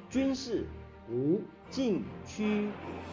军事无禁区。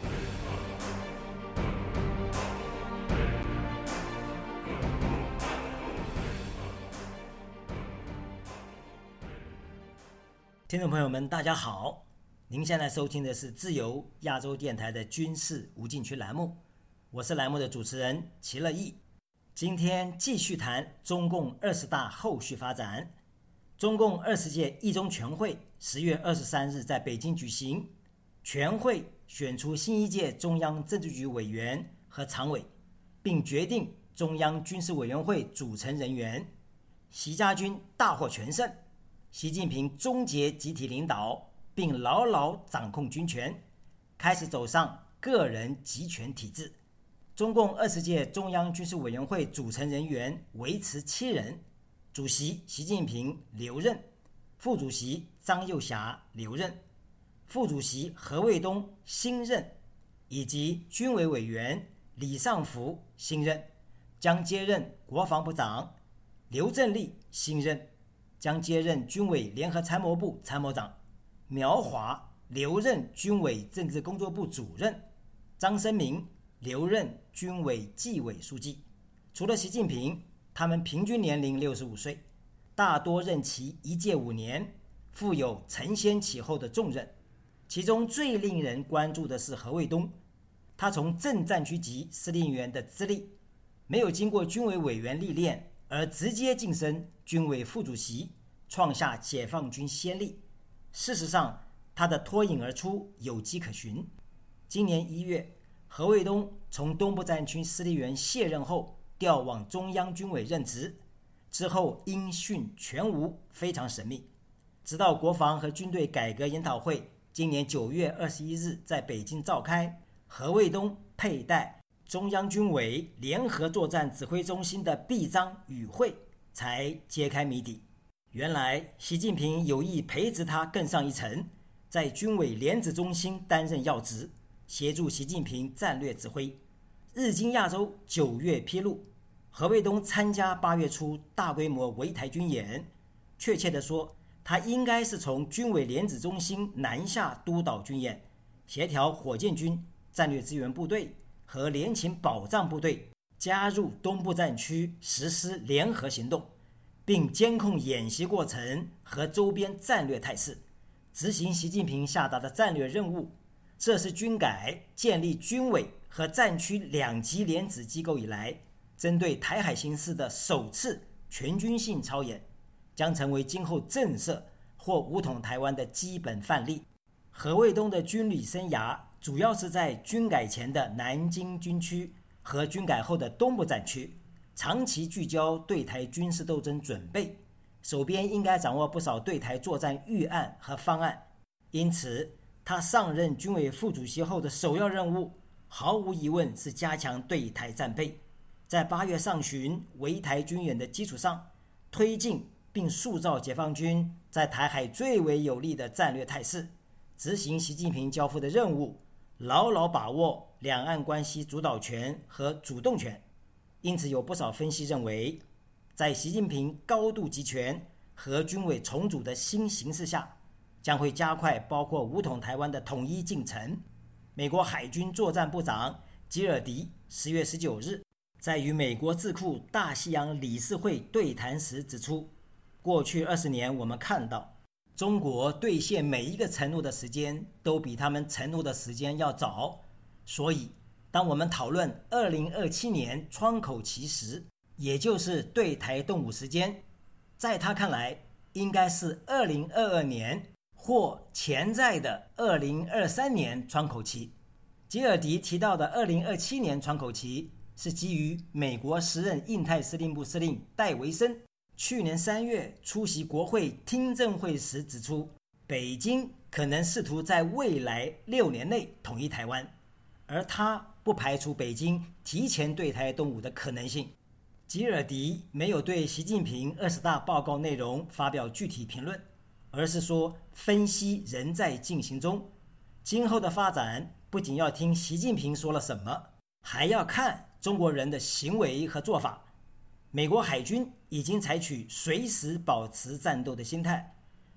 听众朋友们大家好，您现在收听的是自由亚洲电台的军事无禁区栏目，我是栏目的主持人齐乐意。今天继续谈中共20大后续发展。中共20届一中全会10月23日在北京举行，全会选出新一届中央政治局委员和常委，并决定中央军事委员会组成人员。习家军大获全胜，习近平终结集体领导，并牢牢掌控军权，开始走上个人集权体制。中共20届中央军事委员会组成人员维持7人，主席习近平留任，副主席张又侠留任，副主席何卫东新任，以及军委委员李尚福新任，将接任国防部长。刘振立新任，将接任军委联合参谋部参谋长。苗华留任军委政治工作部主任，张生明留任军委纪委书记。除了习近平，他们平均年龄65岁，大多任期1届5年，负有承先启后的重任。其中最令人关注的是何卫东，他从正战区级司令员的资历，没有经过军委委员历练，而直接晋升军委副主席，创下解放军先例。事实上，他的脱颖而出有迹可循。今年1月，何卫东从东部战区司令员卸任后，调往中央军委任职，之后音讯全无，非常神秘。直到国防和军队改革研讨会今年9月21日在北京召开，何卫东佩戴中央军委联合作战指挥中心的臂章与会，才揭开谜底。原来习近平有意培植他更上一层，在军委联指中心担任要职，协助习近平战略指挥。日经亚洲9月披露，何卫东参加8月初大规模围台军演，确切地说，他应该是从军委联指中心南下督导军演，协调火箭军、战略支援部队和联勤保障部队加入东部战区实施联合行动，并监控演习过程和周边战略态势，执行习近平下达的战略任务。这是军改建立军委和战区2级联指机构以来，针对台海形势的首次全军性操演，将成为今后震慑或武统台湾的基本范例。何卫东的军旅生涯主要是在军改前的南京军区和军改后的东部战区，长期聚焦对台军事斗争准备，手边应该掌握不少对台作战预案和方案。因此，他上任军委副主席后的首要任务，毫无疑问是加强对台战备，在8月上旬围台军演的基础上，推进并塑造解放军在台海最为有利的战略态势，执行习近平交付的任务，牢牢把握两岸关系主导权和主动权。因此，有不少分析认为，在习近平高度集权和军委重组的新形势下，将会加快包括武统台湾的统一进程。美国海军作战部长吉尔迪10月19日在与美国智库大西洋理事会对谈时指出，过去20年我们看到，中国兑现每一个承诺的时间都比他们承诺的时间要早，所以当我们讨论2027年窗口期时，也就是对台动武时间，在他看来应该是2022年或潜在的2023年窗口期。吉尔迪提到的2027年窗口期是基于美国时任印太司令部司令戴维森去年3月出席国会听证会时指出，北京可能试图在未来6年内统一台湾，而他不排除北京提前对台动武的可能性。吉尔迪没有对习近平20大报告内容发表具体评论，而是说分析仍在进行中，今后的发展不仅要听习近平说了什么，还要看中国人的行为和做法。美国海军已经采取随时保持战斗的心态，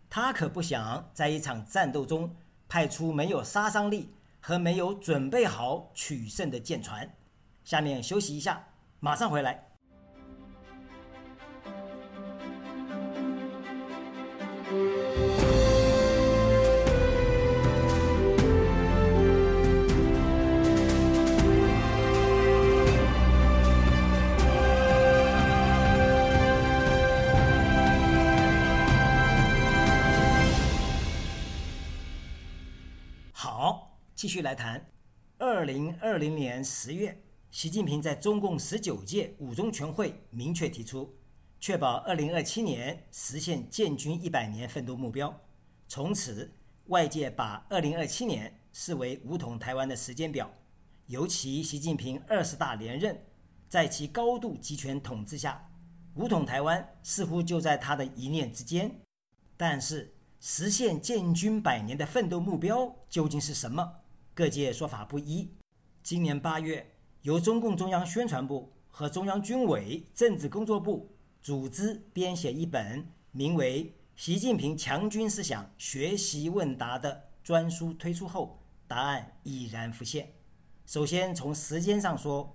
他可不想在一场战斗中派出没有杀伤力和没有准备好取胜的舰船。下面休息一下，马上回来。好，继续来谈。2020年10月，习近平在中共19届五中全会明确提出，确保2027年实现建军100年奋斗目标。从此，外界把2027年视为武统台湾的时间表。尤其习近平20大连任，在其高度集权统治下，武统台湾似乎就在他的一念之间。但是，实现建军100年的奋斗目标究竟是什么？各界说法不一。今年8月，由中共中央宣传部和中央军委政治工作部组织编写一本名为《习近平强军思想学习问答》的专书推出后，答案已然浮现。首先从时间上说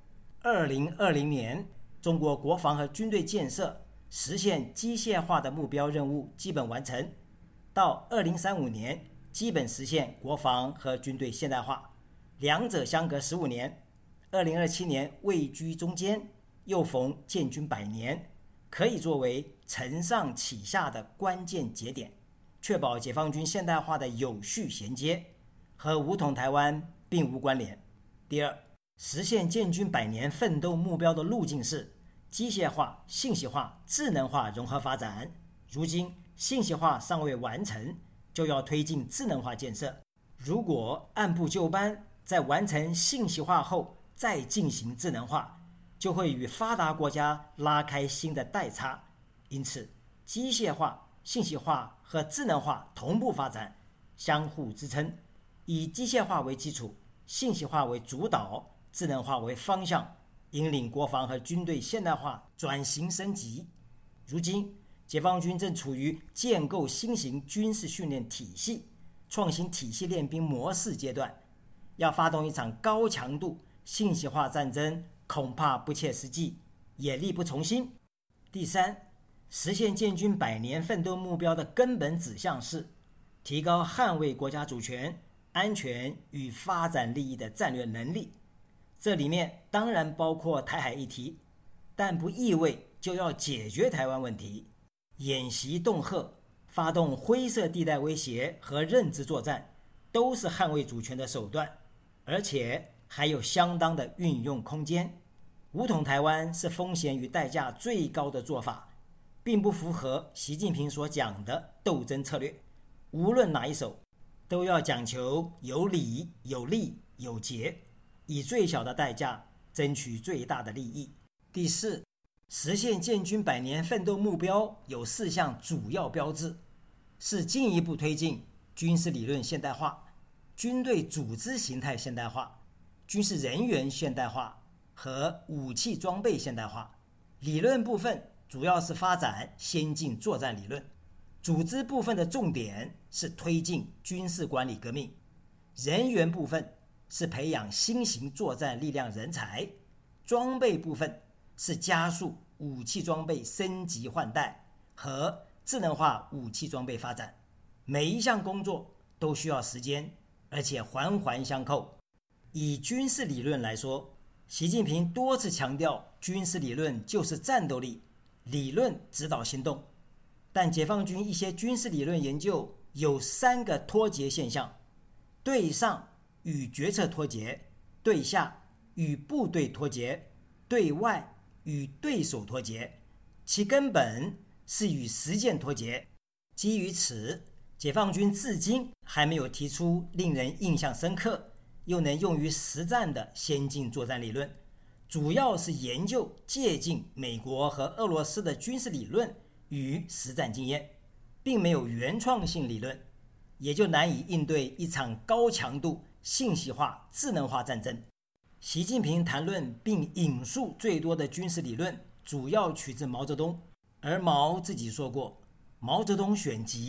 ，2020年中国国防和军队建设实现机械化的目标任务基本完成，到2035年基本实现国防和军队现代化，两者相隔15年。2027年位居中间，又逢建军100年，可以作为承上启下的关键节点，确保解放军现代化的有序衔接，和武统台湾并无关联。第二，实现建军100年奋斗目标的路径是机械化、信息化、智能化融合发展。如今信息化尚未完成，就要推进智能化建设。如果按部就班，在完成信息化后再进行智能化，就会与发达国家拉开新的代差。因此，机械化、信息化和智能化同步发展，相互支撑，以机械化为基础，信息化为主导，智能化为方向，引领国防和军队现代化转型升级。如今，解放军正处于建构新型军事训练体系、创新体系练兵模式阶段，要发动一场高强度信息化战争，恐怕不切实际，也力不从心。第三，实现建军100年奋斗目标的根本指向是提高捍卫国家主权、安全与发展利益的战略能力。这里面当然包括台海议题，但不意味就要解决台湾问题。演习恫吓、发动灰色地带威胁和认知作战，都是捍卫主权的手段，而且还有相当的运用空间。武统台湾是风险与代价最高的做法，并不符合习近平所讲的斗争策略。无论哪一手，都要讲求有理、有利、有节，以最小的代价争取最大的利益。第四，实现建军100年奋斗目标有4项主要标志，是进一步推进军事理论现代化、军队组织形态现代化、军事人员现代化和武器装备现代化。理论部分主要是发展先进作战理论，组织部分的重点是推进军事管理革命，人员部分是培养新型作战力量人才，装备部分是加速武器装备升级换代和智能化武器装备发展。每一项工作都需要时间，而且环环相扣。以军事理论来说，习近平多次强调军事理论就是战斗力，理论指导行动。但解放军一些军事理论研究有3个脱节现象：对上与决策脱节，对下与部队脱节，对外与对手脱节，其根本是与实践脱节。基于此，解放军至今还没有提出令人印象深刻又能用于实战的先进作战理论，主要是研究借鉴美国和俄罗斯的军事理论与实战经验，并没有原创性理论，也就难以应对一场高强度信息化、智能化战争。习近平谈论并引述最多的军事理论，主要取自毛泽东，而毛自己说过，毛泽东选集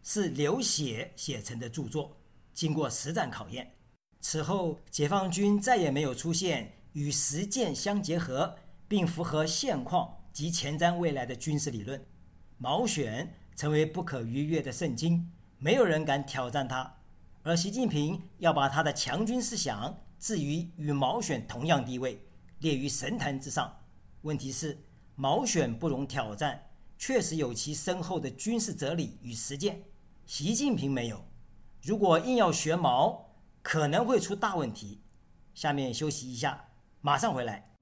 是流血写成的著作，经过实战考验。此后，解放军再也没有出现与实践相结合，并符合现况及前瞻未来的军事理论。毛选成为不可逾越的圣经，没有人敢挑战它。而习近平要把他的强军思想置于与毛选同样地位，列于神坛之上。问题是，毛选不容挑战，确实有其深厚的军事哲理与实践，习近平没有。如果硬要学毛，可能会出大问题。下面休息一下，马上回来。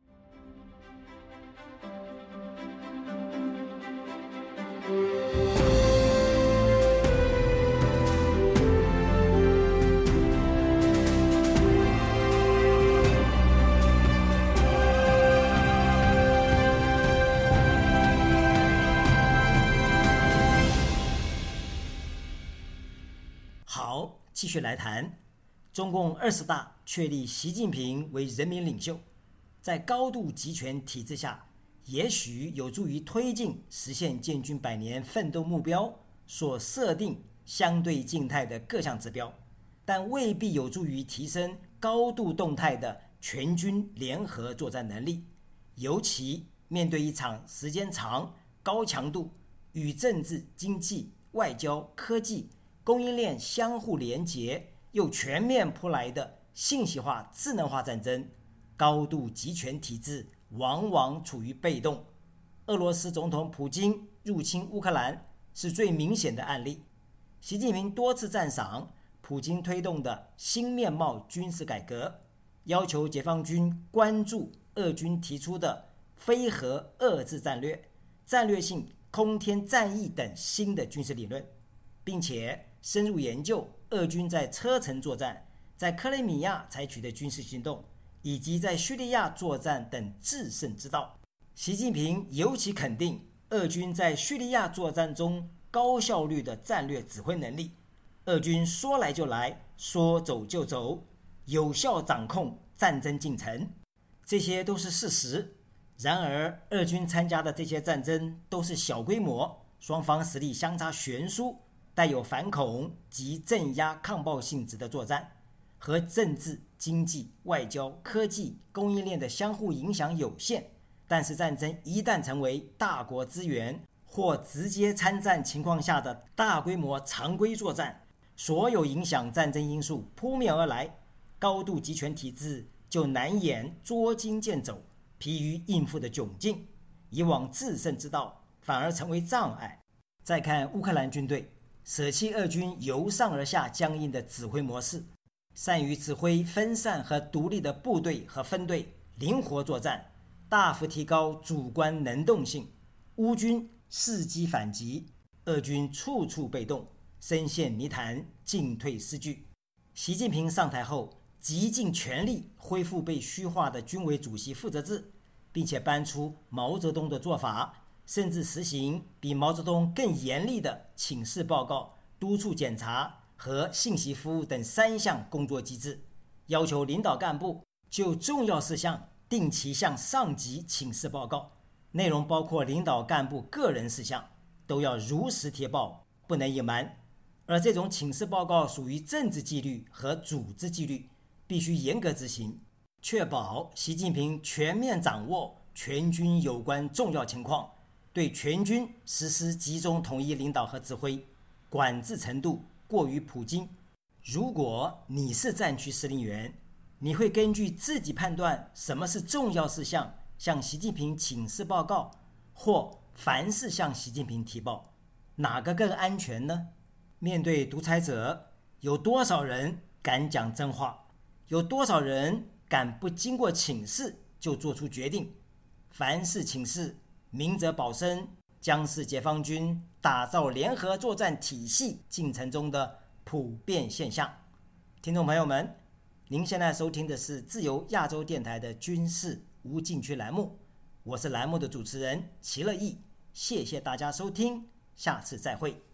好，继续来谈。中共20大确立习近平为人民领袖，在高度集权体制下，也许有助于推进实现建军100年奋斗目标所设定相对静态的各项指标，但未必有助于提升高度动态的全军联合作战能力。尤其面对一场时间长、高强度与政治、经济、外交、科技、供应链相互连结又全面扑来的信息化、智能化战争，高度集权体制往往处于被动。俄罗斯总统普京入侵乌克兰是最明显的案例。习近平多次赞赏普京推动的新面貌军事改革，要求解放军关注俄军提出的非核遏制战略、战略性空天战役等新的军事理论，并且深入研究俄军在车臣作战、在克里米亚采取的军事行动，以及在叙利亚作战等制胜之道。习近平尤其肯定俄军在叙利亚作战中高效率的战略指挥能力，俄军说来就来，说走就走，有效掌控战争进程，这些都是事实。然而，俄军参加的这些战争都是小规模，双方实力相差悬殊，带有反恐及镇压抗暴性质的作战，和政治、经济、外交、科技、供应链的相互影响有限。但是战争一旦成为大国资源或直接参战情况下的大规模常规作战，所有影响战争因素扑面而来，高度集权体制就难掩捉襟见肘、疲于应付的窘境，以往制胜之道反而成为障碍。再看乌克兰军队，舍弃俄军由上而下僵硬的指挥模式，善于指挥分散和独立的部队和分队灵活作战，大幅提高主观能动性。乌军伺机反击，俄军处处被动，深陷泥潭，进退失据。习近平上台后，极尽全力恢复被虚化的军委主席负责制，并且搬出毛泽东的做法，甚至实行比毛泽东更严厉的请示报告、督促检查和信息服务等3项工作机制，要求领导干部就重要事项定期向上级请示报告，内容包括领导干部个人事项，都要如实贴报，不能隐瞒。而这种请示报告属于政治纪律和组织纪律，必须严格执行，确保习近平全面掌握全军有关重要情况，对全军实施集中统一领导和指挥，管制程度过于普京。如果你是战区司令员，你会根据自己判断什么是重要事项向习近平请示报告，或凡事向习近平提报，哪个更安全呢？面对独裁者，有多少人敢讲真话？有多少人敢不经过请示就做出决定？凡事请示，明哲保身，将是解放军打造联合作战体系进程中的普遍现象。听众朋友们，您现在收听的是自由亚洲电台的军事无禁区栏目，我是栏目的主持人齐乐意，谢谢大家收听，下次再会。